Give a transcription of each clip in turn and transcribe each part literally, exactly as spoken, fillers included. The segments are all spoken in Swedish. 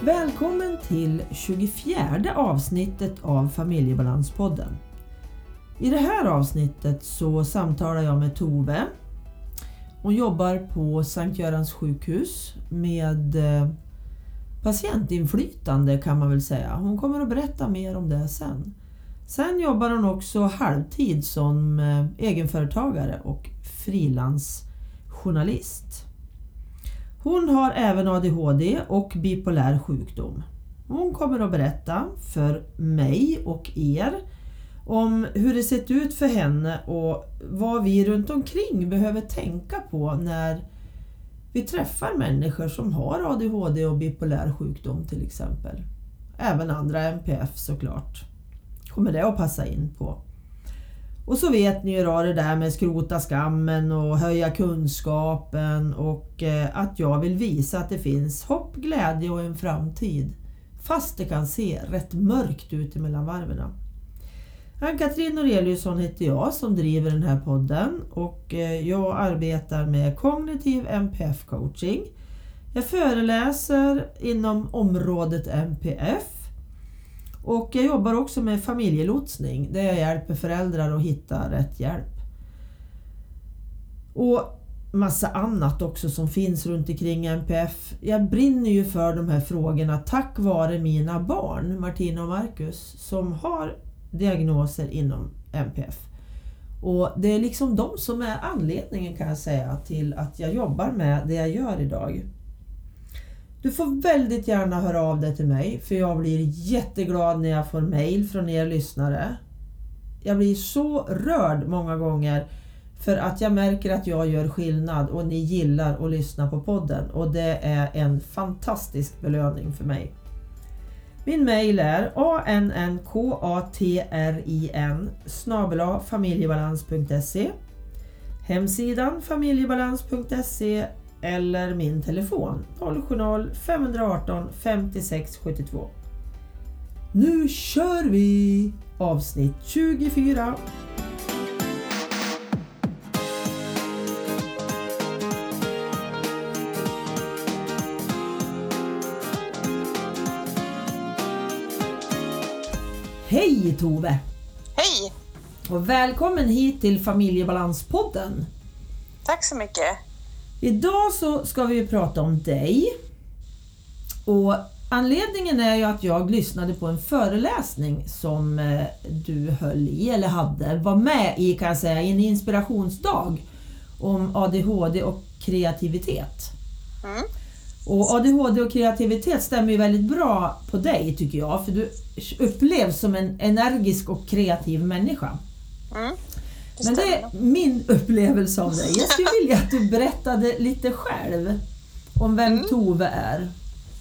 Välkommen till tjugofjärde avsnittet av Familjebalanspodden. I det här avsnittet så samtalar jag med Tove. Hon jobbar på Sankt Görans sjukhus med patientinflytande kan man väl säga. Hon kommer att berätta mer om det sen. Sen jobbar hon också halvtid som egenföretagare och frilansjournalist. Hon har även A D H D och bipolär sjukdom. Hon kommer att berätta för mig och er om hur det sett ut för henne och vad vi runt omkring behöver tänka på när vi träffar människor som har A D H D och bipolär sjukdom till exempel. Även andra M P F såklart. Kommer det att passa in på. Och så vet ni ju då det där med skrota skammen och höja kunskapen och eh, att jag vill visa att det finns hopp, glädje och en framtid. Fast det kan se rätt mörkt ut mellan varven. Ann-Katrin Noreliusson heter jag som driver den här podden och eh, jag arbetar med kognitiv M P F-coaching. Jag föreläser inom området M P F. Och jag jobbar också med familjelotsning där jag hjälper föräldrar att hitta rätt hjälp. Och massa annat också som finns runt omkring M P F. Jag brinner ju för de här frågorna tack vare mina barn, Martina och Marcus, som har diagnoser inom M P F. Och det är liksom de som är anledningen kan jag säga till att jag jobbar med det jag gör idag. Du får väldigt gärna höra av dig till mig för jag blir jätteglad när jag får mejl från er lyssnare. Jag blir så rörd många gånger för att jag märker att jag gör skillnad och ni gillar att lyssna på podden och det är en fantastisk belöning för mig. Min mejl är annkatrin snabel-a familjebalans punkt se, hemsidan familjebalans punkt se eller min telefon noll sju noll fem ett åtta fem sex sju två. Nu kör vi avsnitt tjugofyra. Hej Tove! Hej! Och välkommen hit till Familjebalanspodden. Tack så mycket. Idag så ska vi prata om dig. Och anledningen är ju att jag lyssnade på en föreläsning som eh, du höll i eller hade, var med i kan jag säga, i en inspirationsdag om A D H D och kreativitet. Mm. Och A D H D och kreativitet stämmer ju väldigt bra på dig tycker jag, för du upplevs som en energisk och kreativ människa. Mm. Det Men det är min upplevelse av dig. Jag skulle vilja att du berättade lite själv om vem mm. Tove är.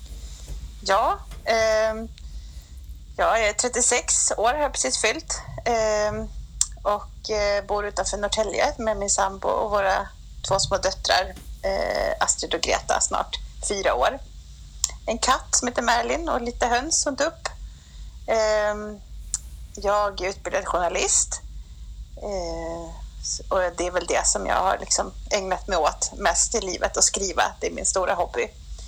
Ja, eh, jag är trettiosex år, har jag precis fyllt. Eh, och eh, bor utanför Norrtälje med min sambo och våra två små döttrar, eh, Astrid och Greta, snart fyra år. En katt som heter Merlin och lite höns och dupp. Eh, jag är utbildad journalist. Eh, och det är väl det som jag har liksom ägnat mig åt mest i livet, att skriva. Det är min stora hobby.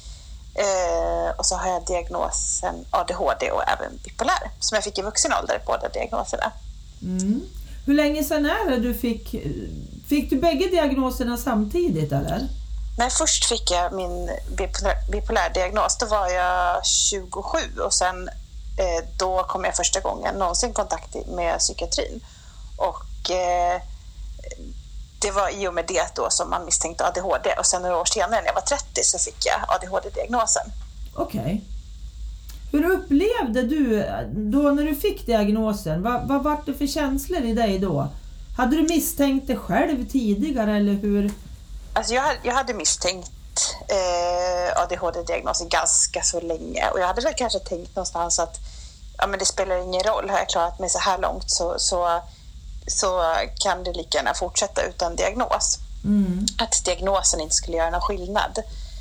Eh, och så har jag diagnosen A D H D och även bipolär som jag fick i vuxen ålder, båda diagnoserna. Mm. Hur länge sedan är det du fick fick du bägge diagnoserna samtidigt eller? Nej, först fick jag min bipolär, bipolär diagnos, då var jag tjugosju och sen eh, då kom jag första gången någonsin i kontakt med psykiatrin. Och eh, det var i och med det då som man misstänkte A D H D och sen några år senare när jag var trettio så fick jag A D H D-diagnosen. Okej. Okay. Hur upplevde du då när du fick diagnosen? Vad, vad var det för känslor i dig då? Hade du misstänkt det själv tidigare eller hur? Alltså jag, jag hade misstänkt eh, A D H D-diagnosen ganska så länge och jag hade väl kanske tänkt någonstans att ja, men det spelar ingen roll, har jag klarat mig så här långt så, så, så kan det lika gärna fortsätta utan diagnos. Mm. Att diagnosen inte skulle göra någon skillnad.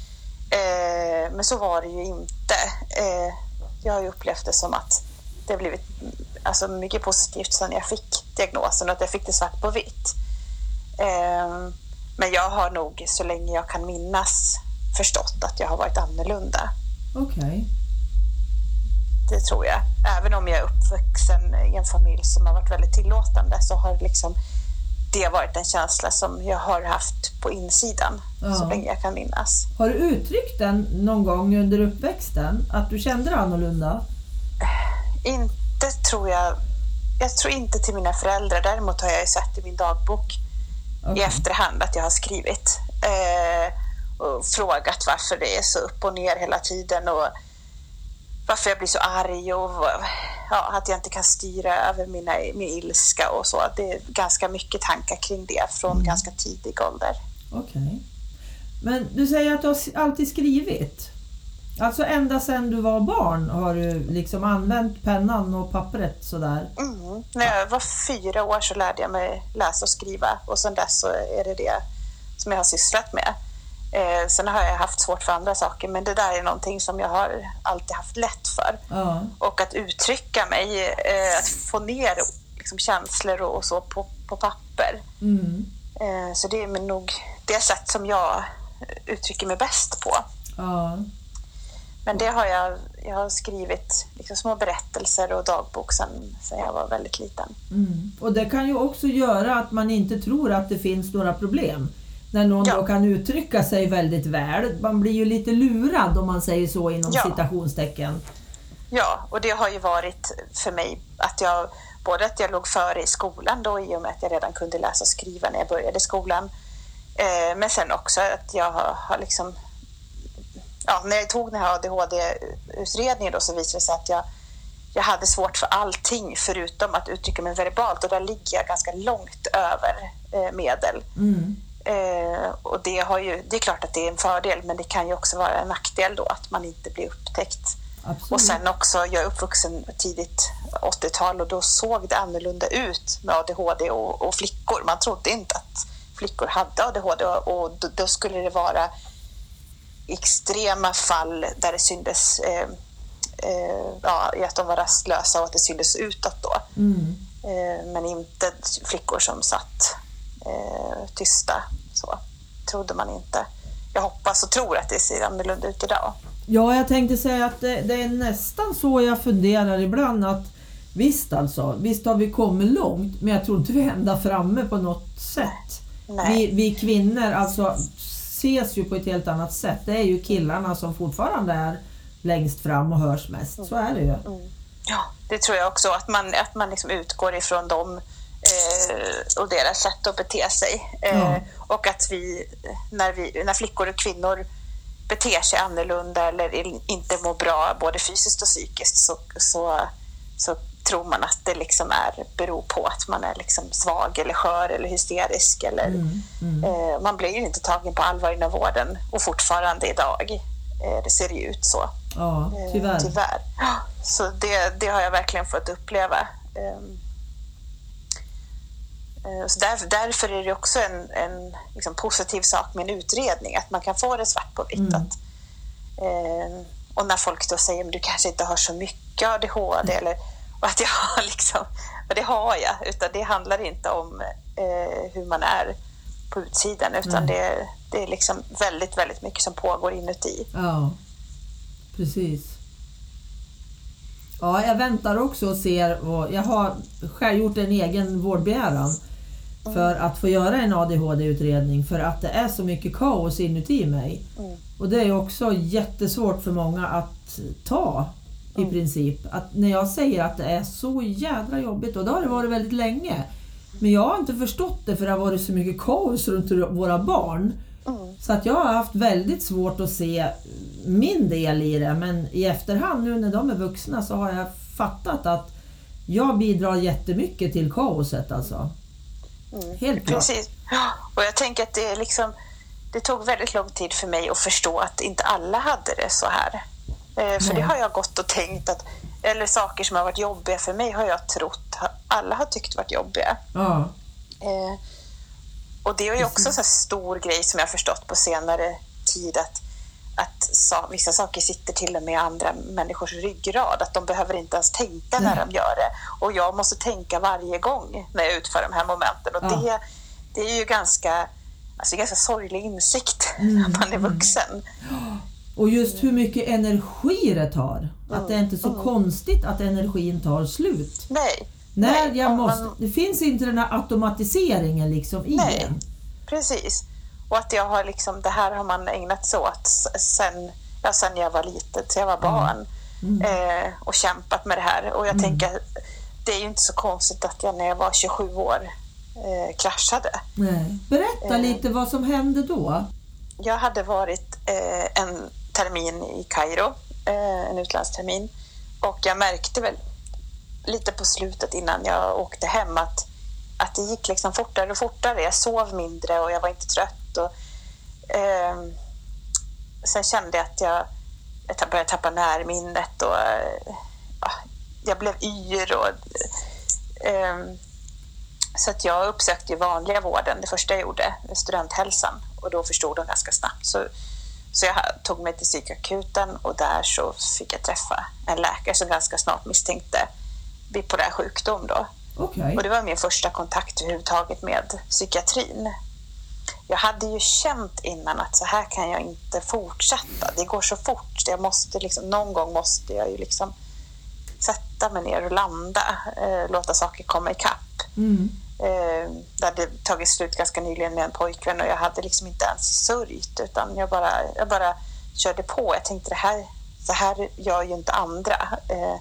Eh, men så var det ju inte. Eh, jag har ju upplevt det som att det har blivit alltså, mycket positivt sedan jag fick diagnosen och att jag fick det svart på vitt. Eh, men jag har nog så länge jag kan minnas förstått att jag har varit annorlunda. Okej. Okay. det tror jag. Även om jag är uppvuxen i en familj som har varit väldigt tillåtande, så har liksom det har varit en känsla som jag har haft på insidan ja. så länge jag kan minnas. Har du uttryckt den någon gång under uppväxten? Att du kände det annorlunda? Inte tror jag. Jag tror inte till mina föräldrar. Däremot har jag ju sett i min dagbok okay. i efterhand att jag har skrivit. Eh, och frågat varför det är så upp och ner hela tiden. Och varför jag blir så arg. Och ja, att jag inte kan styra över mina, min ilska och så. Det är ganska mycket tankar kring det från mm. ganska tidig ålder. Okej. Okay. Men du säger att du har alltid skrivit. Alltså ända sedan du var barn har du liksom använt pennan och pappret sådär? Mm. När jag var fyra år så lärde jag mig läsa och skriva. Och sedan dess så är det det som jag har sysslat med. Eh, sen har jag haft svårt för andra saker. Men det där är någonting som jag har alltid haft lätt för. Ja. Och att uttrycka mig, eh, att få ner liksom, känslor och, och så på, på papper. Mm. Eh, så det är nog det sätt som jag uttrycker mig bäst på. Ja. Men det har jag, jag har skrivit liksom små berättelser och dagbok sedan, sedan jag var väldigt liten. Mm. Och det kan ju också göra att man inte tror att det finns några problem. När någon ja. då kan uttrycka sig väldigt väl. Man blir ju lite lurad om man säger så inom ja. citationstecken. Ja, och det har ju varit för mig att jag, både att jag låg före i skolan då i och med att jag redan kunde läsa och skriva när jag började skolan. Eh, men sen också att jag har, har liksom... Ja, när jag tog den här A D H D-utredningen då så visade det sig att jag, jag hade svårt för allting förutom att uttrycka mig verbalt, och där ligger jag ganska långt över eh, medel. Mm. Eh, och det, har ju, det är klart att det är en fördel, men det kan ju också vara en nackdel då att man inte blir upptäckt. Absolut. Och sen också, jag är uppvuxen tidigt åttiotal och då såg det annorlunda ut med A D H D och, och flickor. Man trodde inte att flickor hade A D H D och, och då, då skulle det vara extrema fall där det syndes eh, eh, ja, att de var rastlösa och att det syndes utåt då. Mm. Eh, men inte flickor som satt eh, tysta. Så trodde man inte. Jag hoppas och tror att det ser annorlunda ut idag. Ja, jag tänkte säga att det, det är nästan så jag funderar ibland att visst alltså, visst har vi kommit långt, men jag tror inte vi är ända framme på något sätt. Nej. Vi, vi kvinnor alltså ses ju på ett helt annat sätt. Det är ju killarna som fortfarande är längst fram och hörs mest. Så är det ju. Mm. Ja, det tror jag också. Att man, att man liksom utgår ifrån dem eh, och deras sätt att bete sig. Eh, ja. Och att vi när, vi, när flickor och kvinnor beter sig annorlunda eller inte mår bra, både fysiskt och psykiskt, så, så, så tror man att det liksom är, beror på att man är liksom svag eller skör eller hysterisk. Eller, mm, mm. Eh, man blir ju inte tagen på allvar inom vården, och fortfarande idag eh, det ser ju ut så. Ja, tyvärr. Eh, tyvärr. Så det, det har jag verkligen fått uppleva. Eh, eh, så där, därför är det också en, en liksom positiv sak med en utredning, att man kan få det svart på vitt. Mm. Att, eh, och när folk då säger att du kanske inte har så mycket A D H D, mm. eller och att jag har liksom, och det har jag, utan det handlar inte om eh, hur man är på utsidan, utan det, det är liksom väldigt, väldigt mycket som pågår inuti. Ja, precis. Ja, jag väntar också och ser, och jag har själv gjort en egen vårdbegäran för att få göra en A D H D-utredning, för att det är så mycket kaos inuti mig. Mm. Och det är också jättesvårt för många att ta. I mm. princip. Att när jag säger att det är så jädra jobbigt, och då har det varit väldigt länge. Men jag har inte förstått det, för det har varit så mycket kaos runt våra barn. Mm. Så att jag har haft väldigt svårt att se min del i det. Men i efterhand nu när de är vuxna så har jag fattat att jag bidrar jättemycket till kaoset alltså. Mm. Helt klart. Precis. Och jag tänker att det är liksom, det tog väldigt lång tid för mig att förstå att inte alla hade det så här. För Nej. det har jag gått och tänkt att, eller saker som har varit jobbiga för mig har jag trott alla har tyckt varit jobbiga. Ja. Eh, och det är ju också en så stor grej som jag har förstått på senare tid, att, att sa, vissa saker sitter till och med andra människors ryggrad, att de behöver inte ens tänka när Nej. de gör det, och jag måste tänka varje gång när jag utför de här momenten, och ja. det, det är ju ganska, alltså ganska sorglig insikt mm. att man är vuxen. Och just hur mycket energi det tar. Att det är inte så mm. konstigt att energin tar slut. Nej. När Nej, jag måste, man... Det finns inte den här automatiseringen liksom i Nej, den. Precis. Och att jag har liksom, det här har man ägnat sig åt sen, ja, sen jag var liten, sen jag var barn. Mm. Eh, och kämpat med det här. Och jag mm. tänker, det är ju inte så konstigt att jag när jag var tjugosju år eh, kraschade. Nej. Berätta eh, lite vad som hände då. Jag hade varit eh, en termin i Kairo, eh, en utlandstermin. Och jag märkte väl lite på slutet innan jag åkte hem att, att det gick liksom fortare och fortare. Jag sov mindre och jag var inte trött. Och, eh, sen kände jag att jag, jag började tappa närminnet och eh, jag blev yr. Och, eh, så att jag uppsökte vanliga vården, det första jag gjorde, studenthälsan. Och då förstod de ganska snabbt. Så, så jag tog mig till psykakuten och där så fick jag träffa en läkare som ganska snart misstänkte bipolär sjukdom då. Okay. Och det var min första kontakt överhuvudtaget med psykiatrin. Jag hade ju känt innan att så här kan jag inte fortsätta. Det går så fort. Jag måste liksom, någon gång måste jag ju liksom sätta mig ner och landa. Eh, låta saker komma ikapp. Mm. Eh, det hade tagit slut ganska nyligen med en pojkvän och jag hade liksom inte ens sörjt utan jag bara, jag bara körde på. Jag tänkte det här, så här gör ju inte andra. Eh,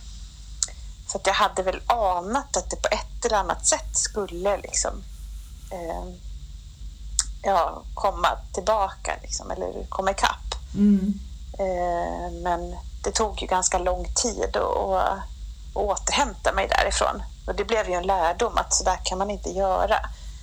så att jag hade väl anat att det på ett eller annat sätt skulle liksom eh, ja, komma tillbaka liksom, eller komma ikapp. Mm. Eh, men det tog ju ganska lång tid att, att, att återhämta mig därifrån. Och det blev ju en lärdom att så där kan man inte göra.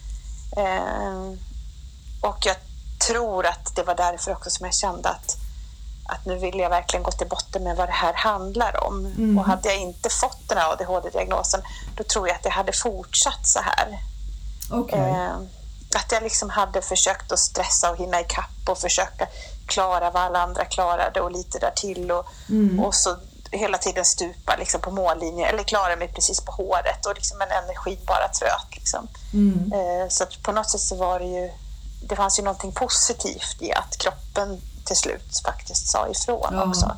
Eh, och jag tror att det var därför också som jag kände att, att nu vill jag verkligen gå till botten med vad det här handlar om. Mm. Och hade jag inte fått den här A D H D-diagnosen då tror jag att jag hade fortsatt så här. Okay. Eh, att jag liksom hade försökt att stressa och hinna ikapp och försöka klara vad alla andra klarade och lite där till och, mm. och så hela tiden stupa liksom på mållinjen eller klara mig precis på håret och liksom en energi bara tröt liksom. Mm. Eh, så att på något sätt så var det ju det fanns ju någonting positivt i att kroppen till slut faktiskt sa ifrån ja. också.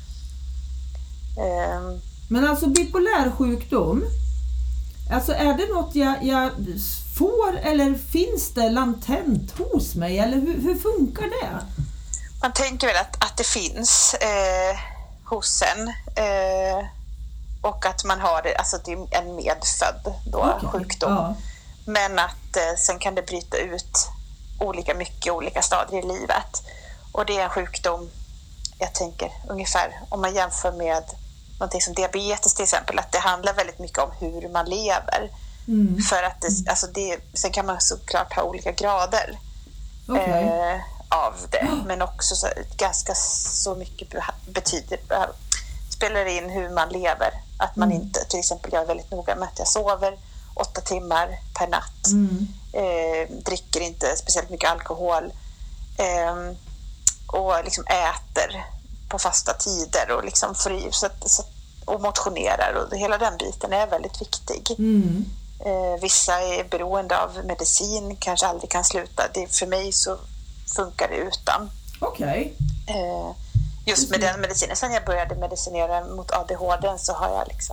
Eh, Men alltså bipolär sjukdom, alltså är det något jag, jag får eller finns det latent hos mig eller hur, hur funkar det? Man tänker väl att, att det finns eh, hos en eh, och att man har det, alltså det är en medfödd då, okay. sjukdom. Ja. Men att eh, sen kan det bryta ut olika mycket, olika stadier i livet. Och det är en sjukdom, jag tänker ungefär om man jämför med någonting som diabetes till exempel, att det handlar väldigt mycket om hur man lever. Mm. För att det, alltså det, sen kan man såklart ha olika grader okay. eh, av det, men också så, ganska så mycket betyder, spelar in hur man lever. Att man mm. inte, till exempel jag är väldigt noga med att jag sover åtta timmar per natt, mm. eh, dricker inte speciellt mycket alkohol eh, och liksom äter på fasta tider och liksom fri, så att, så, och motionerar och hela den biten är väldigt viktig. Mm. Eh, vissa är beroende av medicin, kanske aldrig kan sluta. Det, för mig så funkar det utan. Okej. Okay. Eh, just med den medicinen. Sen jag började medicinera mot A D H D så har jag liksom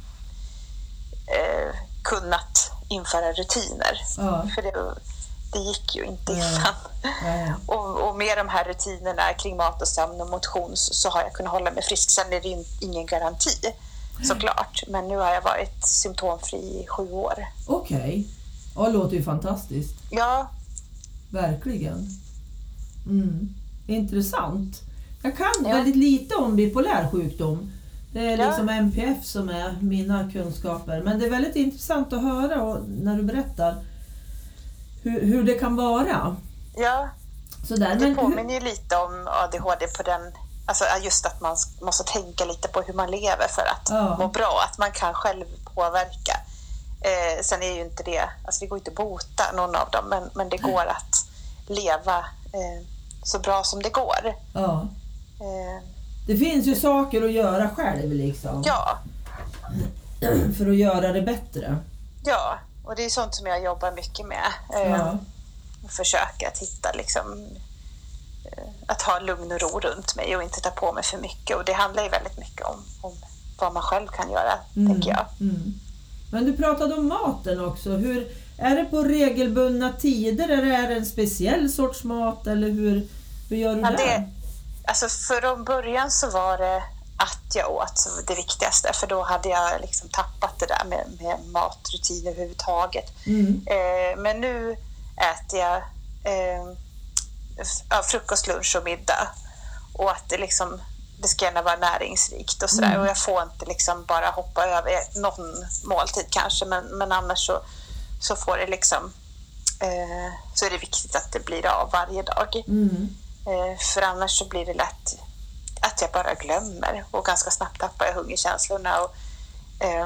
eh, kunnat införa rutiner. Ja. För det, det gick ju inte innan. Ja. och, och med de här rutinerna kring mat och sömn och motion så, så har jag kunnat hålla mig frisk. Sen är det ingen garanti såklart. Men nu har jag varit symptomfri i sju år. Okej. Okay. Ja, det låter ju fantastiskt. Ja. Verkligen. Mm. Intressant. Jag kan ja. väldigt lite om bipolär sjukdom. Det är ja. liksom M P F som är mina kunskaper. Men det är väldigt intressant att höra och när du berättar hur, hur det kan vara. Ja, Sådär. det Men påminner ju lite om A D H D på den, alltså just att man måste tänka lite på hur man lever för att ja. må bra, att man kan själv påverka. Eh, sen är ju inte det, alltså det går inte att bota någon av dem, men, men det går att leva eh, så bra som det går. Ja. Eh, det finns ju saker att göra själv liksom. Ja. För att göra det bättre. Ja, och det är sånt som jag jobbar mycket med. Eh, ja. Försöka att hitta liksom att ha lugn och ro runt mig och inte ta på mig för mycket. Och det handlar ju väldigt mycket om, om vad man själv kan göra, mm. tänker jag. Mm. Men du pratade om maten också. Hur, är det på regelbundna tider eller är det en speciell sorts mat? Eller hur, hur gör du ja, det? det? Alltså från början så var det att jag åt det viktigaste. För då hade jag liksom tappat det där med, med matrutin överhuvudtaget. Mm. Eh, men nu äter jag eh, ja, frukost, lunch och middag. Och att det liksom... Det ska gärna vara näringsrikt och sådär. Mm. Och jag får inte liksom bara hoppa över någon måltid kanske. Men, men annars så, så får det liksom... Eh, så är det viktigt att det blir av varje dag. Mm. Eh, för annars så blir det lätt att jag bara glömmer. Och ganska snabbt tappar jag hungerkänslorna. Och, eh,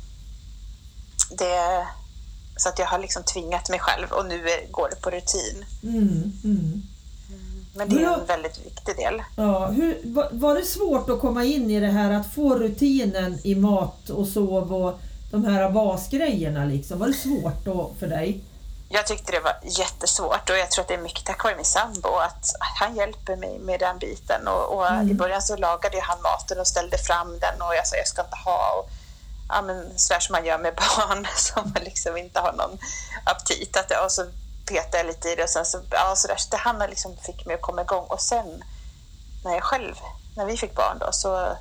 det, så att jag har liksom tvingat mig själv. Och nu är, går det på rutin. Mm. Mm. Men det är en väldigt viktig del. Ja, hur, var det svårt att komma in i det här att få rutinen i mat och sov och de här basgrejerna liksom? Var det svårt då för dig? Jag tyckte det var jättesvårt och jag tror att det är mycket tack vare min sambo att han hjälper mig med den biten. Och, och mm. i början så lagade han maten och ställde fram den och jag sa jag ska inte ha och ja, men sådär som man gör med barn som liksom inte har någon aptit. Att, och så petade jag lite i det och sen så, ja, så där, så det han liksom fick mig att komma igång. Och sen när jag själv, när vi fick barn då så,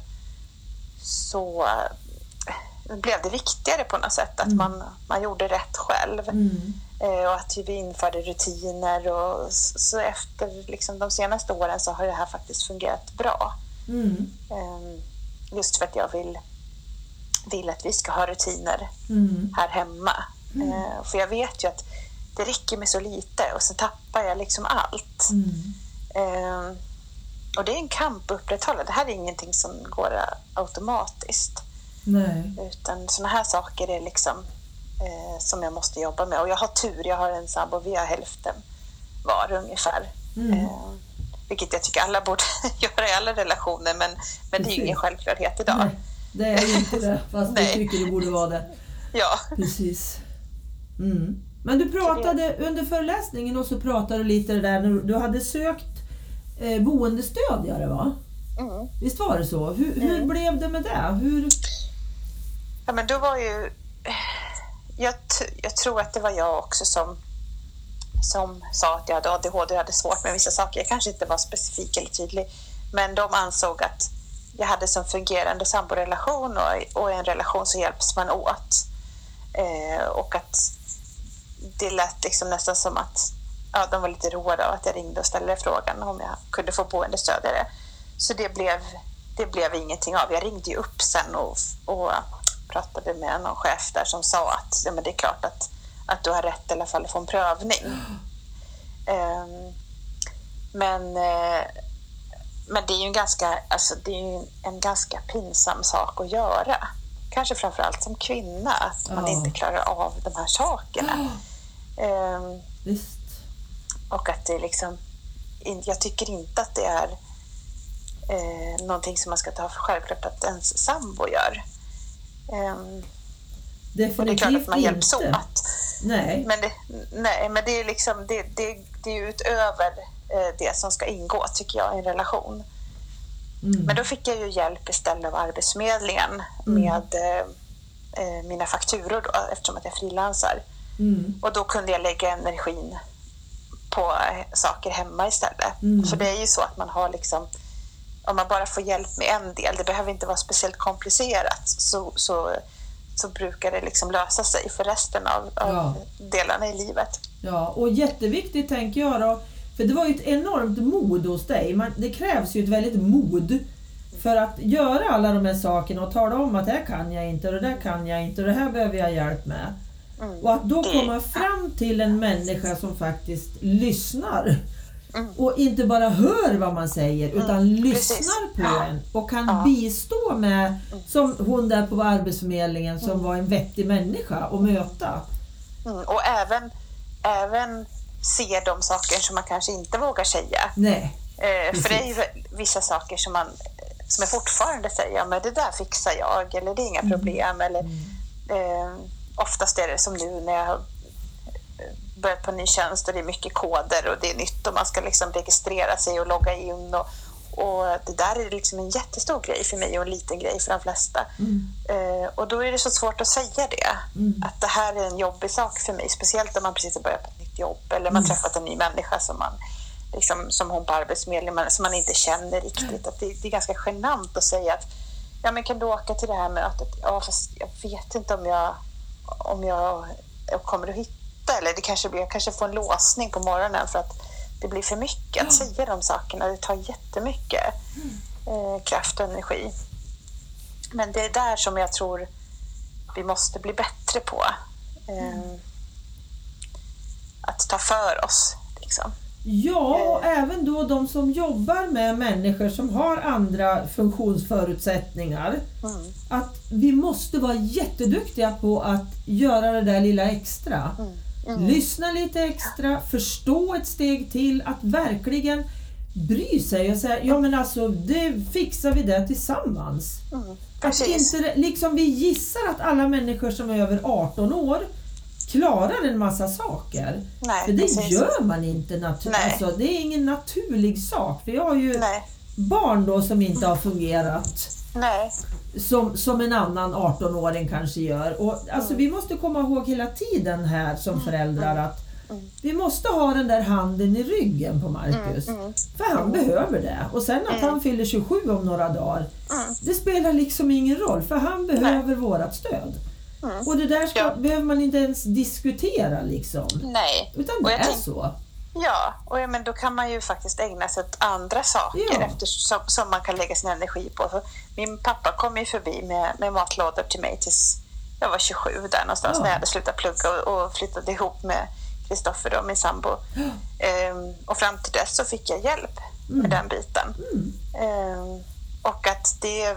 så äh, blev det viktigare på något sätt att mm. man, man gjorde rätt själv. Mm. Eh, och att vi införde rutiner och så, så efter liksom, de senaste åren så har det här faktiskt fungerat bra. Mm. Eh, just för att jag vill, vill att vi ska ha rutiner mm. här hemma. Mm. Eh, för jag vet ju att det räcker med så lite och sen tappar jag liksom allt. Mm. Eh, och det är en kamp att upprätthålla. Det här är ingenting som går automatiskt. Nej. Utan såna här saker är liksom eh, som jag måste jobba med. Och jag har tur, jag har en sambo, vi har hälften var ungefär. Mm. Eh, vilket jag tycker alla borde göra i alla relationer. Men, men det är ju ingen självklarhet idag. Nej, det är ju inte det. Fast jag tycker det borde vara det. Ja. Precis. Mm. Men du pratade under föreläsningen och så pratade du lite där när du hade sökt eh, boendestödjare, va? Mm. Visst var det så? Hur, mm. hur blev det med det? Hur... Ja, men då var ju... Jag, t- jag tror att det var jag också som, som sa att jag hade A D H D och hade svårt med vissa saker. Jag kanske inte var specifik eller tydlig. Men de ansåg att jag hade som fungerande samborelation och, och en relation så hjälps man åt. Eh, och att det lät liksom nästan som att ja, de var lite roade av att jag ringde och ställde frågan om jag kunde få boendestödjare. Så det blev, det blev ingenting av. Jag ringde ju upp sen och, och pratade med någon chef där som sa att ja, men det är klart att, att du har rätt i alla fall att få en prövning. Mm. Um, men, uh, men det är ju en ganska, alltså, det är ju en ganska pinsam sak att göra. Kanske framförallt som kvinna, att man oh. inte klarar av de här sakerna. Oh. Um, Visst. Och att det liksom, jag tycker inte att det är eh, någonting som man ska ta för självklart att ens sambo gör. Um, Definitivt och det är klart att man hjälps inte. åt. Nej. Men det, nej, men det är liksom det, det, det är utöver eh, det som ska ingå, tycker jag, i en relation. Mm. Men då fick jag ju hjälp istället av Arbetsförmedlingen mm. med eh, mina fakturor då, eftersom att jag frilansar. Mm. Och då kunde jag lägga energin på saker hemma istället. Mm. För det är ju så att man har liksom, om man bara får hjälp med en del, det behöver inte vara speciellt komplicerat, så, så, så brukar det liksom lösa sig för resten av, av ja. delarna i livet. Ja, och jätteviktigt tänker jag då, för det var ju ett enormt mod hos dig. Man, det krävs ju ett väldigt mod för att göra alla de här sakerna och tala om att det här kan jag inte och det där kan jag inte och det här behöver jag hjälp med. Mm. Och att då komma fram till en människa som faktiskt lyssnar mm. och inte bara hör vad man säger utan mm. lyssnar Precis. på ja. en och kan ja. bistå med, mm. som hon där på Arbetsförmedlingen som mm. var en vettig människa att möta. Mm. Och även, även se de saker som man kanske inte vågar säga. Nej. Eh, för det är ju vissa saker som man som jag fortfarande säger, ja, men det där fixar jag eller det är inga problem mm. eller mm. Eh, oftast är det som nu när jag börjat på en ny tjänst och det är mycket koder och det är nytt och man ska liksom registrera sig och logga in och, och det där är liksom en jättestor grej för mig och en liten grej för de flesta. Mm. Eh, och då är det så svårt att säga det. Mm. Att det här är en jobbig sak för mig, speciellt om man precis har börjat på ett nytt jobb eller man mm. träffat en ny människa som man liksom, som hon på Arbetsförmedlingen som man inte känner riktigt. Mm. Att det, det är ganska genant att säga att ja, men kan du åka till det här mötet? Ja, fast jag vet inte om jag om jag, jag kommer att hitta eller det kanske blir, jag kanske får en låsning på morgonen för att det blir för mycket att säga de sakerna. Det tar jättemycket eh, kraft och energi. Men det är där som jag tror vi måste bli bättre på. Eh, mm. Att ta för oss. Liksom. Ja, och eh. även då de som jobbar med människor som har andra funktionsförutsättningar. Mm. Att vi måste vara jätteduktiga på att göra det där lilla extra. Mm. Mm. Lyssna lite extra, förstå ett steg till, att verkligen bry sig och säga, ja men alltså det fixar vi det tillsammans. Mm. Att inte, liksom vi gissar att alla människor som är över arton år klarar en massa saker. Nej, för det precis. Gör man inte naturligt. Alltså, det är ingen naturlig sak. För jag har ju Nej. barn då som inte har fungerat. Nej. Som, som en annan arton-åring kanske gör. Och, alltså, mm. Vi måste komma ihåg hela tiden här som föräldrar att mm. vi måste ha den där handen i ryggen på Marcus. Mm. Mm. För han mm. behöver det. Och sen att mm. han fyller tjugosju om några dagar. Mm. Det spelar liksom ingen roll. För han behöver Nej. vårat stöd. Mm. Och det där ska, ja. behöver man inte ens diskutera liksom. Nej. Utan det är tänk, så. Ja, och ja, men då kan man ju faktiskt ägna sig åt andra saker ja. eftersom, som man kan lägga sin energi på. Så min pappa kom ju förbi med, med matlådor till mig tills jag var tjugosju där någonstans ja. när jag hade slutat plugga och, och flyttade ihop med Kristoffer och min sambo. Ja. Ehm, och fram till dess så fick jag hjälp mm. med den biten. Mm. Ehm, och att det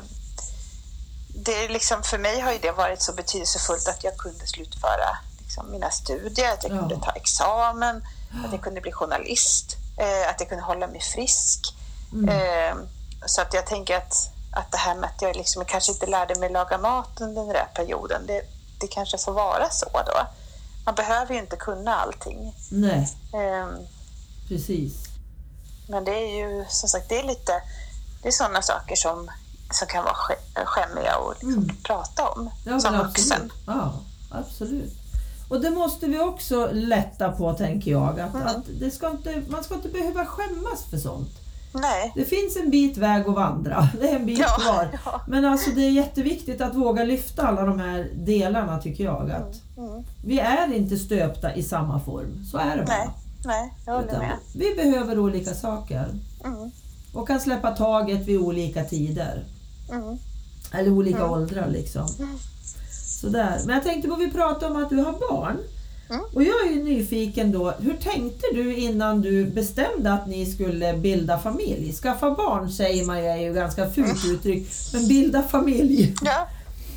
Det är liksom, för mig har ju det varit så betydelsefullt att jag kunde slutföra liksom mina studier, att jag ja. kunde ta examen, att jag kunde bli journalist, eh, att jag kunde hålla mig frisk. Mm. Eh, så att jag tänker att, att det här med att jag liksom kanske inte lärde mig laga mat under den där perioden, det, det kanske får vara så då. Man behöver ju inte kunna allting. Nej, eh, precis. Men det är ju som sagt, det är lite, det är sådana saker som som kan vara skämmiga och liksom mm. prata om ja, som vuxen. Ja, absolut. Och det måste vi också lätta på, tänker jag. Att, mm. att det ska inte, man ska inte behöva skämmas för sånt. Nej. Det finns en bit väg att vandra. Det är en bit ja, kvar. Ja. Men alltså det är jätteviktigt att våga lyfta alla de här delarna, tycker jag. Att mm. Mm. Vi är inte stöpta i samma form. Så är det bara. Nej, Nej jag håller med. Vi behöver olika saker. Mm. Och kan släppa taget vid olika tider. Mm. Eller olika mm. åldrar liksom. Mm. Sådär. Men jag tänkte på, vi pratade om att du har barn. Mm. Och jag är ju nyfiken då. Hur tänkte du innan du bestämde att ni skulle bilda familj? Skaffa barn säger man ju, är ju ganska fult uttryck. Men bilda familj. Ja,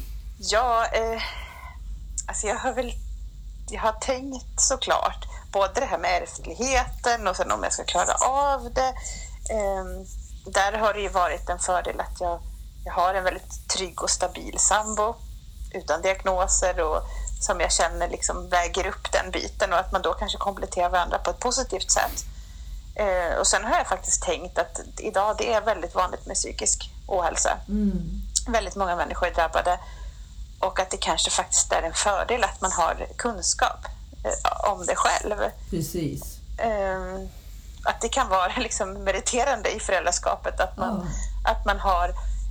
ja eh, alltså jag har väl jag har tänkt såklart. Både det här med ärftligheten och sen om jag ska klara av det. Eh, där har det ju varit en fördel att jag Jag har en väldigt trygg och stabil sambo utan diagnoser och som jag känner liksom väger upp den biten och att man då kanske kompletterar varandra på ett positivt sätt. Eh, och sen har jag faktiskt tänkt att idag det är väldigt vanligt med psykisk ohälsa. Mm. Väldigt många människor är drabbade och att det kanske faktiskt är en fördel att man har kunskap eh, om det själv. Precis. Eh, att det kan vara liksom meriterande i föräldraskapet att man, oh. att man har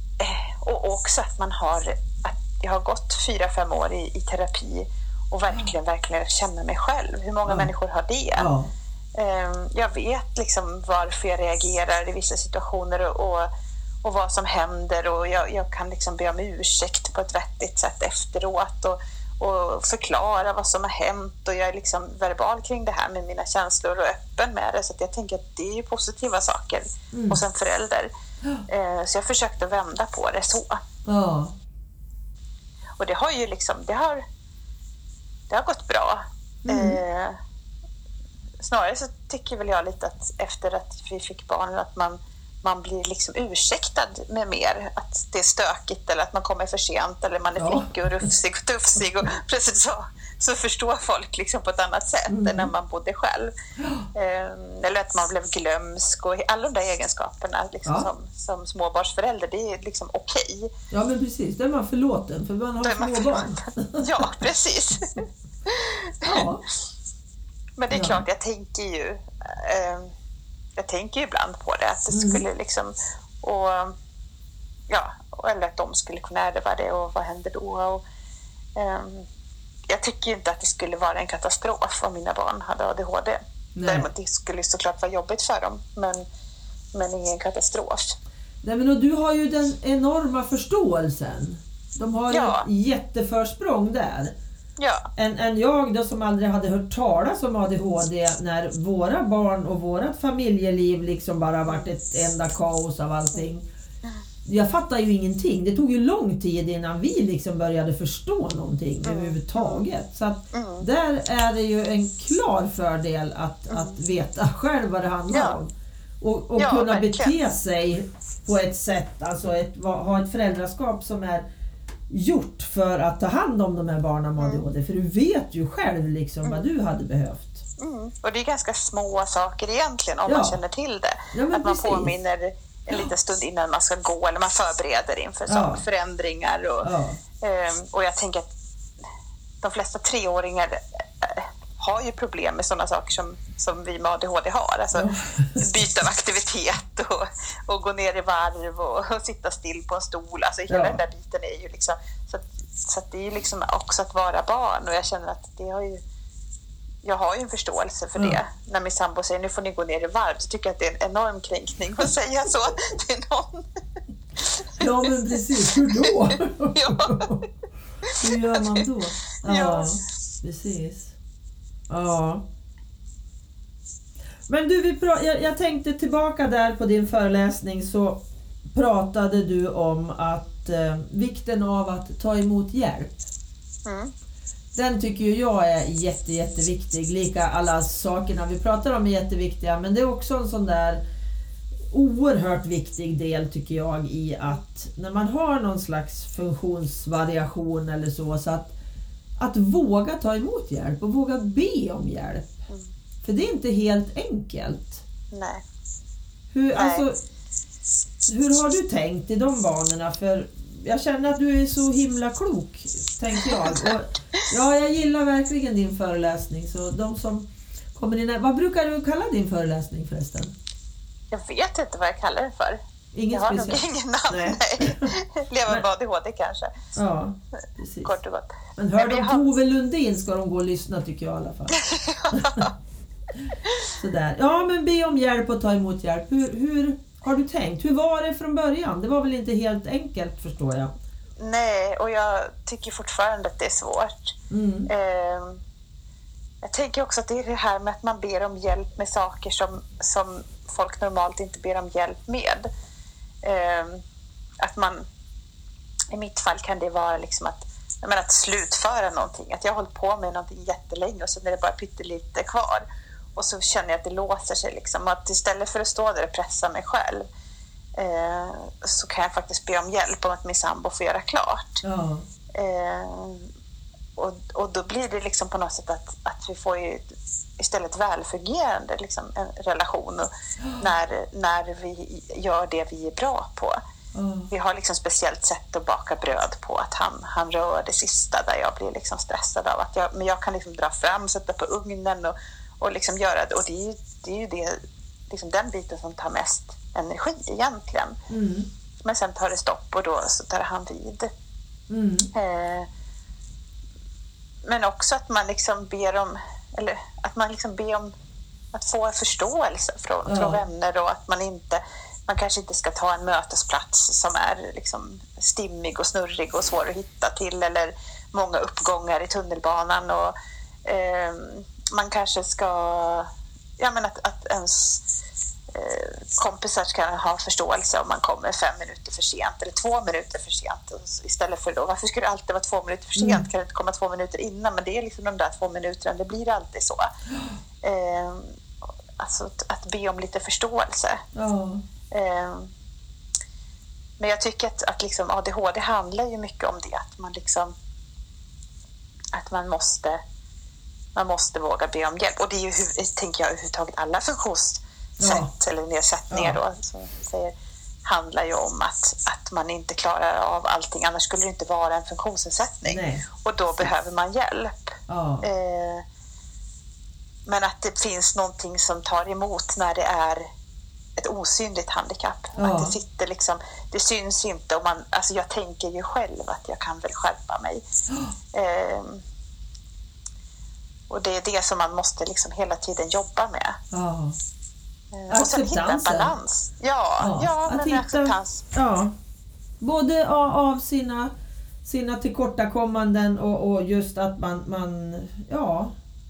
och också att man har att jag har gått fyra, fem år i, i terapi och verkligen, verkligen känner mig själv. Hur många ja. människor har det? Ja. Um, jag vet liksom varför jag reagerar i vissa situationer och, och, och vad som händer och jag, jag kan liksom be om ursäkt på ett vettigt sätt efteråt och, och förklara vad som har hänt och jag är liksom verbal kring det här med mina känslor och öppen med det, så att jag tänker att det är ju positiva saker mm. hos en förälder. Så jag försökte vända på det så. Ja. Och det har ju liksom det har, det har gått bra. Mm. Eh, snarare så tycker väl jag lite att efter att vi fick barn att man, man blir liksom ursäktad med mer. Att det är stökigt eller att man kommer för sent eller man är Ja. flickig och rufsig och tufsig. Och plötsligt så, så förstår folk liksom på ett annat sätt mm. än när man bodde själv. Ja. Eh, eller att man blev glömsk och alla de där egenskaperna liksom, ja. som, som småbarnsförälder, det är liksom okej. Okay. Ja, men precis. Det är man förlåten för man har småbarn. Ja, precis. Ja. Men det är ja. klart, jag tänker ju eh, jag tänker ju ibland på det, att det mm. skulle liksom och ja, eller att de skulle kunna ärva det och vad händer då och, eh, jag tycker ju inte att det skulle vara en katastrof om mina barn hade A D H D. Nej. Däremot det skulle såklart vara jobbigt för dem, men, men ingen katastrof. Nej, men och du har ju den enorma förståelsen. De har ju ja. ett jätteförsprång där. Ja. Än, än jag då som aldrig hade hört talas om A D H D när våra barn och vårat familjeliv liksom bara varit ett enda kaos av allting. Jag fattar ju ingenting. Det tog ju lång tid innan vi liksom började förstå någonting mm. överhuvudtaget. Så att mm. där är det ju en klar fördel att, mm. att veta själv vad det handlar ja. om. Och, och ja, kunna verkligen. bete sig på ett sätt, alltså ett, ha ett föräldraskap som är gjort för att ta hand om de här barnen med A D H D. Mm. För du vet ju själv liksom mm. vad du hade behövt. Mm. Och det är ganska små saker egentligen om ja. man känner till det. Ja, att man precis. påminner en liten stund innan man ska gå eller man förbereder inför ja. förändringar. Och, ja. um, och jag tänker att de flesta treåringar äh, har ju problem med sådana saker som, som vi med A D H D har. Alltså ja. byta av aktivitet och, och gå ner i varv och, och sitta still på en stol. Alltså hela ja. den där biten är ju liksom... Så, så att det är ju liksom också att vara barn och jag känner att det har ju... Jag har ju en förståelse för det. Mm. När min sambo säger nu får ni gå ner i varv så tycker jag att det är en enorm kränkning att säga så till någon. Ja, men precis. Hur då? Ja. Hur gör man då? Ja, ja. precis. Ja. Men du, vi pra- jag, jag tänkte tillbaka där på din föreläsning så pratade du om att eh, vikten av att ta emot hjälp. Mm. Den tycker ju jag är jätte, jätteviktig. Lika alla sakerna vi pratar om är jätteviktiga. Men det är också en sån där oerhört viktig del tycker jag i att när man har någon slags funktionsvariation eller så. Så att, att våga ta emot hjälp och våga be om hjälp. Mm. För det är inte helt enkelt. Nej. Hur, Nej. Alltså, hur har du tänkt i de banorna? För jag känner att du är så himla klok, tänker jag. Och, ja, jag gillar verkligen din föreläsning. Så de som kommer in... Vad brukar du kalla din föreläsning förresten? Jag vet inte vad jag kallar det för. Ingen jag har speciellt. nog ingen namn. Nej. Nej. Leva med A D H D kanske. Ja, precis. Kort och gott. Men hör de har... Tove Lundin ska de gå och lyssna tycker jag i alla fall. Sådär. Ja, men be om hjälp och ta emot hjälp. Hur... hur... Har du tänkt? Hur var det från början? Det var väl inte helt enkelt, förstår jag. Nej, och jag tycker fortfarande att det är svårt. Mm. Eh, jag tänker också att det är det här med att man ber om hjälp med saker som, som folk normalt inte ber om hjälp med. Eh, att man, i mitt fall kan det vara liksom att, jag menar, att slutföra någonting. Att jag har hållit på med någonting jättelänge och så är det bara pyttelite kvar. Och så känner jag att det låser sig liksom. Att istället för att stå där och pressa mig själv eh, så kan jag faktiskt be om hjälp om att min sambo får göra klart. Ja. Eh, och, och då blir det liksom på något sätt att, att vi får ju istället välfungerande liksom, en relation och när, när vi gör det vi är bra på. Mm. Vi har liksom speciellt sätt att baka bröd på att han, han rör det sista där jag blir liksom stressad av att jag, men jag kan liksom dra fram, sätta på ugnen och och liksom göra det. Och det är ju, det är ju det, liksom den biten som tar mest energi egentligen. Mm. Men sen tar det stopp och då så tar han vid. Mm. Eh, men också att man liksom ber om, eller att man liksom ber om att få förståelse från, ja. från vänner och att man inte, man kanske inte ska ta en mötesplats som är liksom stimmig och snurrig och svår att hitta till eller många uppgångar i tunnelbanan och eh, man kanske ska, ja men att, att ens eh, kompisar kan ha förståelse om man kommer fem minuter för sent eller två minuter för sent istället för då, varför skulle det alltid vara två minuter för sent? Mm. Kan det inte komma två minuter innan? Men det är liksom de där två minuterna, det blir alltid så. Eh, alltså att, att be om lite förståelse. Ja. Eh, men jag tycker att, att liksom A D H D handlar ju mycket om det. Att man liksom att man måste man måste våga be om hjälp. Och det är ju, tänker jag, överhuvudtaget alla funktionssätt ja. eller nedsättningar ja. då, som säger, handlar ju om att, att man inte klarar av allting. Annars skulle det inte vara en funktionsnedsättning. Nej. Och då behöver man hjälp. Ja. Eh, men att det finns någonting som tar emot när det är ett osynligt handikapp. Ja. Att det sitter liksom, det syns inte. Och man, alltså jag tänker ju själv att jag kan väl skärpa mig. Ja. Eh, och det är det som man måste liksom hela tiden jobba med. Ja. Eh, och sen hitta en balans. Ja, ja, ja men hitta, acceptans. Ja. Både av sina, sina tillkortakommanden och, och just att man, man ja...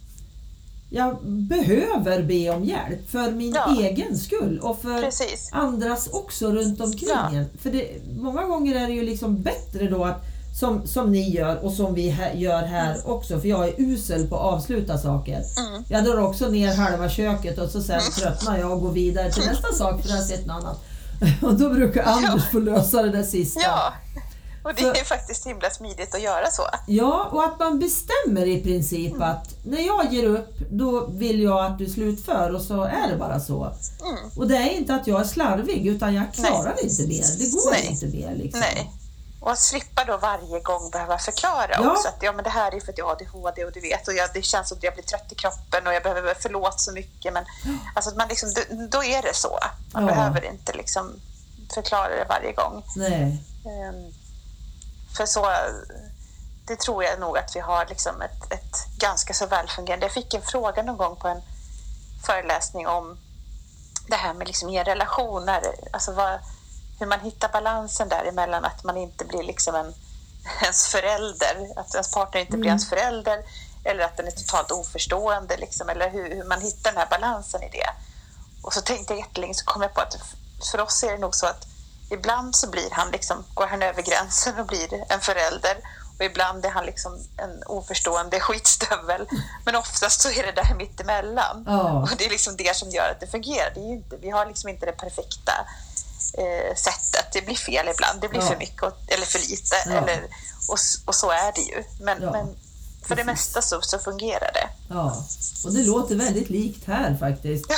Jag behöver be om hjälp för min ja. egen skull och för Precis. andras också runt omkring ja. en. För det, många gånger är det ju liksom bättre då att som, som ni gör och som vi här, gör här mm. också, för jag är usel på att avsluta saker. Mm. Jag drar också ner halva köket och så sen mm. tröttnar jag och går vidare till nästa sak för jag har sett något annat. Och då brukar Anders ja. få lösa det där sista. Ja. Och det är faktiskt himla smidigt att göra så. Ja, och att man bestämmer i princip mm. att när jag ger upp, då vill jag att du slutför och så är det bara så. Mm. Och det är inte att jag är slarvig utan jag klarar Nej. inte mer. Det går Nej. inte mer liksom. Nej. Och att slippa då varje gång behöva förklara ja. också att ja, men det här är för att jag har A D H D och du vet och jag, det känns som att jag blir trött i kroppen och jag behöver förlåta så mycket. Men alltså att man liksom, då är det så. Man ja. behöver inte liksom förklara det varje gång. Nej. Um, För så, det tror jag nog att vi har liksom ett, ett ganska så välfungerande. Jag fick en fråga någon gång på en föreläsning om det här med liksom i relationer. Alltså vad, hur man hittar balansen däremellan, att man inte blir liksom en, ens förälder. Att ens partner inte mm. blir ens förälder. Eller att den är totalt oförstående. Liksom, eller hur, hur man hittar den här balansen i det. Och så tänkte jag jättelänge, så kom jag på att för oss är det nog så att ibland så blir han liksom, går han över gränsen och blir en förälder och ibland är han liksom en oförstående skitstövel, men oftast så är det där mittemellan. Oh. Och det är liksom det som gör att det fungerar. Det är ju inte, vi har liksom inte det perfekta eh, sättet. Det blir fel ibland, det blir oh. för mycket och, eller för lite oh. eller, och, och så är det ju, men, oh. men för Precis. det mesta så, så fungerar det. Ja, och det låter väldigt likt här faktiskt.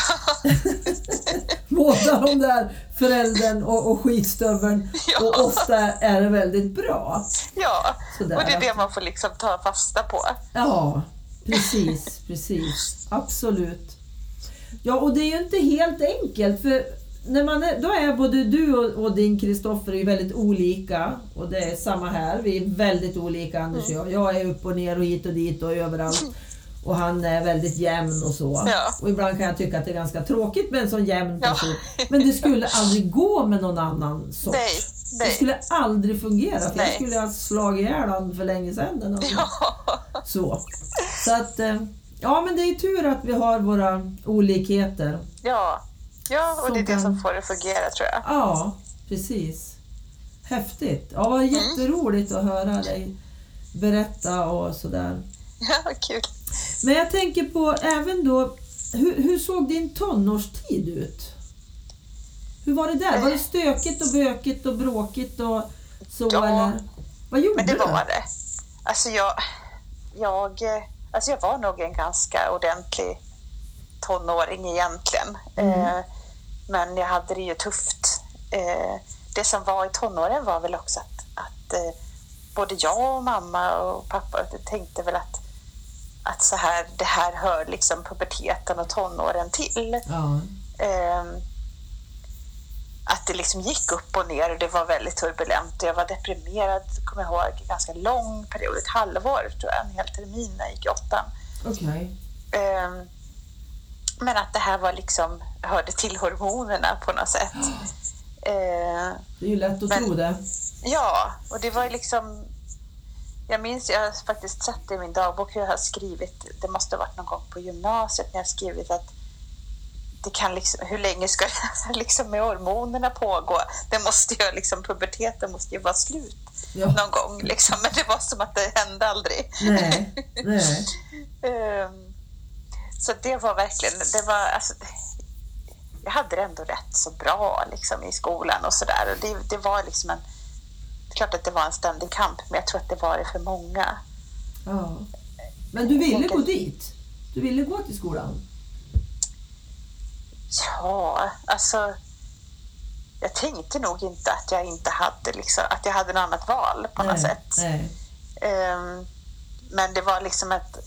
Båda de där föräldern och, och skitstöveln ja. och ofta är det väldigt bra. Ja, Sådär. och det är det man får liksom ta fasta på. Ja, precis, precis. Absolut. Ja, och det är ju inte helt enkelt för när man är, då är både du och, och din Kristoffer är väldigt olika och det är samma här. Vi är väldigt olika, Anders och jag. Jag är upp och ner och hit och dit och överallt. Och han är väldigt jämn och så. Ja. Och ibland kan jag tycka att det är ganska tråkigt med en sån jämn person. Ja. Men det skulle aldrig gå med någon annan sort. Nej, nej. Det skulle aldrig fungera. För nej. jag skulle ha slagit ihjäl han för länge sedan. Ja. Så. Så att, ja men det är tur att vi har våra olikheter. Ja, ja och det är det kan... som får det fungera tror jag. Ja, precis. Häftigt. Ja, vad jätteroligt mm. att höra dig berätta och sådär. Ja, kul. Men jag tänker på även då, hur, hur såg din tonårstid ut? Hur var det där? Var det stökigt och bökigt och bråkigt och så? Ja, eller? Vad gjorde men det du? var det. Alltså jag, jag, alltså jag var nog en ganska ordentlig tonåring egentligen. Mm. Eh, men jag hade det ju tufft. Eh, det som var i tonåren var väl också att, att eh, både jag och mamma och pappa tänkte väl att att så här, det här hör liksom puberteten och tonåren till. Ja. Eh, att det liksom gick upp och ner och det var väldigt turbulent. Jag var deprimerad, kommer jag ihåg, ganska lång period, ett halvår tror jag, en hel termin när jag gick i åttan. Okay. Eh, men att det här var liksom, hörde till hormonerna på något sätt. Ja. Eh, det är ju lätt att men, tro det. Ja, och det var liksom jag minns, jag har faktiskt sett i min dagbok hur jag har skrivit, det måste ha varit någon gång på gymnasiet när jag har skrivit att det kan liksom, hur länge ska det liksom med hormonerna pågå? Det måste ju liksom, puberteten måste ju vara slut ja. någon gång liksom, men det var som att det hände aldrig. Nej, nej. um, så det var verkligen, det var alltså, jag hade det ändå rätt så bra liksom, i skolan och sådär. Och det, det var liksom en, det är klart att det var en ständig kamp, men jag tror att det var det för många. Ja. Men du ville gå dit? Du ville gå till skolan? Ja, alltså jag tänkte nog inte att jag inte hade liksom, att jag hade något annat val på nej, något sätt. Nej. Um, men det var liksom ett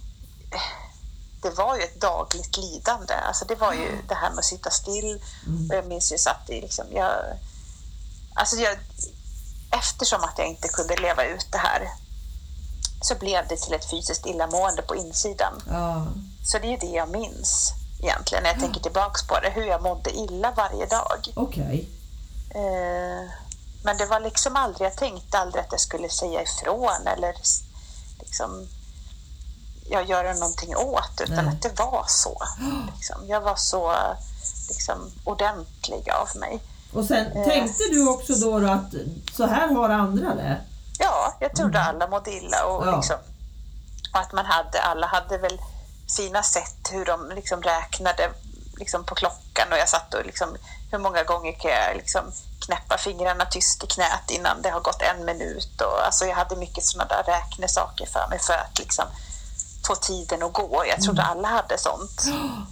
det var ju ett dagligt lidande. Alltså det var ju mm. det här med att sitta still. Mm. Och jag minns ju satt i liksom, jag, alltså jag, eftersom att jag inte kunde leva ut det här, så blev det till ett fysiskt illamående på insidan. Ja. Så det är det jag minns egentligen när jag ja. tänker tillbaks på det, hur jag mådde illa varje dag. Okej. Okay. Eh, men det var liksom aldrig, jag tänkte aldrig att jag skulle säga ifrån eller liksom jag gör någonting åt, utan Nej. att det var så. Liksom. Jag var så liksom, ordentlig av mig. Och sen eh. tänkte du också då att så här har andra det? Ja, jag trodde mm. alla mådde illa och, ja. liksom, och att man hade, alla hade väl sina sätt hur de liksom räknade liksom på klockan, och jag satt och liksom, hur många gånger kan jag liksom knäppa fingrarna tyst i knät innan det har gått en minut, och alltså jag hade mycket sådana där räknesaker för mig för att liksom få tiden att gå. Jag trodde alla hade sånt.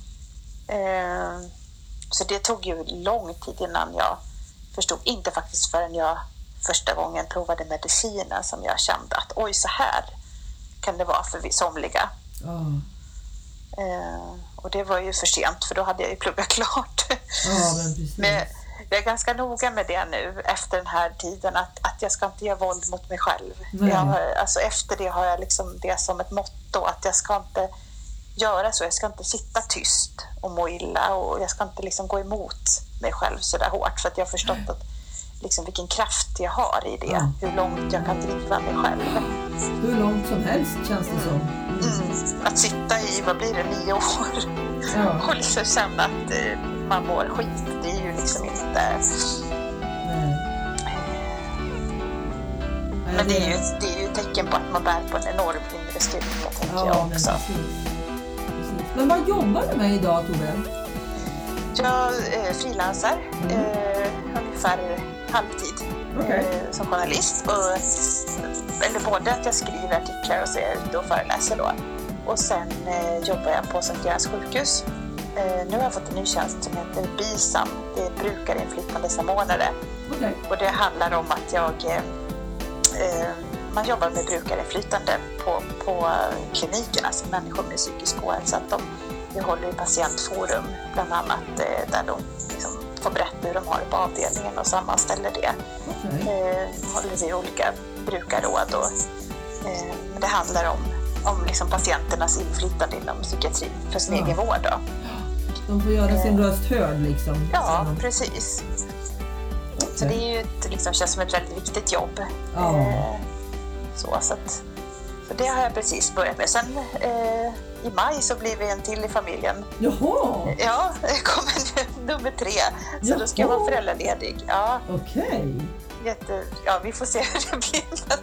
Eh, så det tog ju lång tid innan jag förstod, inte faktiskt förrän jag första gången provade medicinen som jag kände att oj, så här kan det vara för somliga. Oh. Eh, och det var ju för sent, för då hade jag ju pluggat klart. Ja, men precis. Men jag är ganska noga med det nu efter den här tiden, att, att jag ska inte göra våld mot mig själv. Jag har, alltså efter det har jag liksom det som ett motto, att jag ska inte göra så. Jag ska inte sitta tyst och må illa, och jag ska inte liksom gå emot mig själv så där hårt, för att jag har förstått att liksom vilken kraft jag har i det. Ja. Hur långt jag kan driva mig själv. Hur långt som helst känns det som. Mm. Att sitta i, vad blir det, nio år ja. och liksom känna att eh, man mår skit. Det är ju liksom inte... Nej. Men det är, ju, det är ju ett tecken på att man bär på en enorm inre styrka, tänker ja, jag också. Men, precis. Men vad jobbar du med idag, Tove? Jag eh, frilansar mm. eh, ungefär halvtid okay. eh, som journalist. Och, eller både att jag skriver artiklar och så är jag ute och föreläser då. Och sen eh, jobbar jag på Sankt Görans sjukhus. Eh, nu har jag fått en ny tjänst som heter BISAM. Det är brukarinflytande samordnare. Okay. Och det handlar om att jag eh, man jobbar med brukarinflytande på, på klinikerna, alltså människor med psykisk ohälsa. Att de Vi håller i patientforum bland annat, eh, där de liksom får berätta hur de har det på avdelningen och sammanställer det. Okay. Eh, håller vi olika brukarråd och eh, det handlar om, om liksom patienternas inflytande inom psykiatrin för sin ja. egen vård. Då. De får göra sin röst hörd liksom. Ja, precis. Okay. Så det är ju ett, liksom, känns som ett väldigt viktigt jobb. Ja. Eh, så, så, att, så det har jag precis börjat med. Sen eh, i maj så blir vi en till i familjen. Jaha! Ja, det kommer nummer tre. Så Jaha. Då ska jag vara föräldraledig. Ja. Okej. Okay. Jätte, ja, vi får se hur det blir.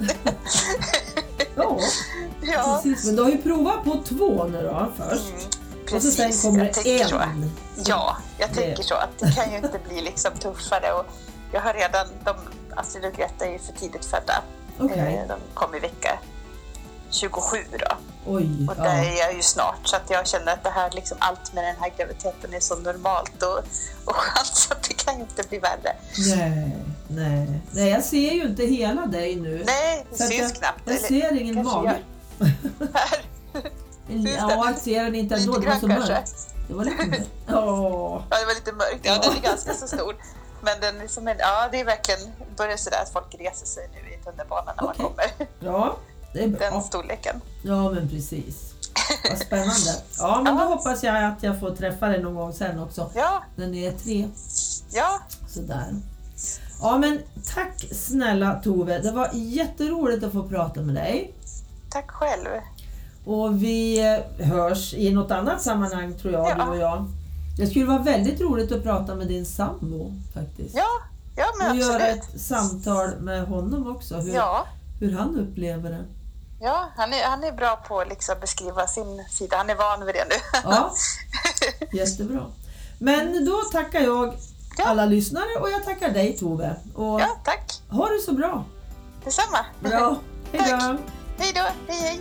ja, ja. Precis. Men du har ju provat på två nu då först. Mm, precis. Och så sen kommer det en. Så. Ja, jag det. tänker så. Att det kan ju inte bli liksom tuffare. Och jag har redan, de, Astrid och Greta är ju för tidigt födda. Okay. De kom i vecka tjugosju då. Oj, och där ja. är jag ju snart, så att jag känner att det här, liksom, allt med den här graviditeten är så normalt och, och skönt, så att det kan ju inte bli värre. Nej, nej. Nej, jag ser ju inte hela dig nu. Nej, det syns jag, knappt. Jag eller, ser ingen mage. Här. Ja, jag ser den inte ändå. Det var så mörkt. Det var lite mörkt. Oh. Ja, det var lite mörkt. Ja, den är ganska så stor. Men den är som en, ja, det är verkligen, börjar sådär att folk reser sig nu i tunnelbanan när okay. man kommer. Ja. Det är bra. Den storleken. Ja, men precis. Vad spännande. Ja, men då hoppas jag att jag får träffa dig någon gång sen också. Ja. När ni är tre. Ja. Sådär. Ja, men tack snälla Tove. Det var jätteroligt att få prata med dig. Tack själv. Och vi hörs i något annat sammanhang, tror jag, ja. du och jag. Det skulle vara väldigt roligt att prata med din sambo faktiskt. Ja, ja men och absolut. göra ett samtal med honom också. Hur, ja. hur han upplever det. Ja, han är, han är bra på att liksom beskriva sin sida. Han är van vid det nu. Ja, jättebra. Men då tackar jag Ja. alla lyssnare och jag tackar dig Tove. Och Ja, tack. ha det så bra. Detsamma. Bra. Hej då. Tack. Hej då. Hej, hej.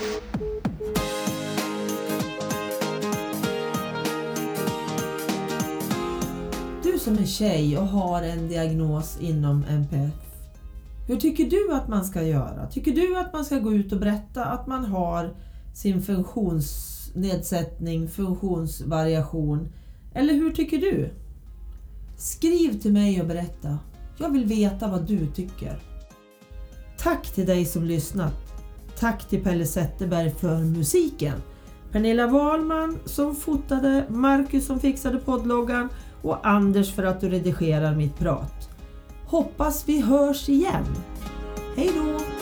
Du som är tjej och har en diagnos inom N P F. Hur tycker du att man ska göra? Tycker du att man ska gå ut och berätta att man har sin funktionsnedsättning, funktionsvariation? Eller hur tycker du? Skriv till mig och berätta. Jag vill veta vad du tycker. Tack till dig som lyssnat. Tack till Pelle Zetterberg för musiken. Pernilla Wahlman som fotade, Marcus som fixade poddloggan och Anders för att du redigerar mitt prat. Hoppas vi hörs igen. Hej då!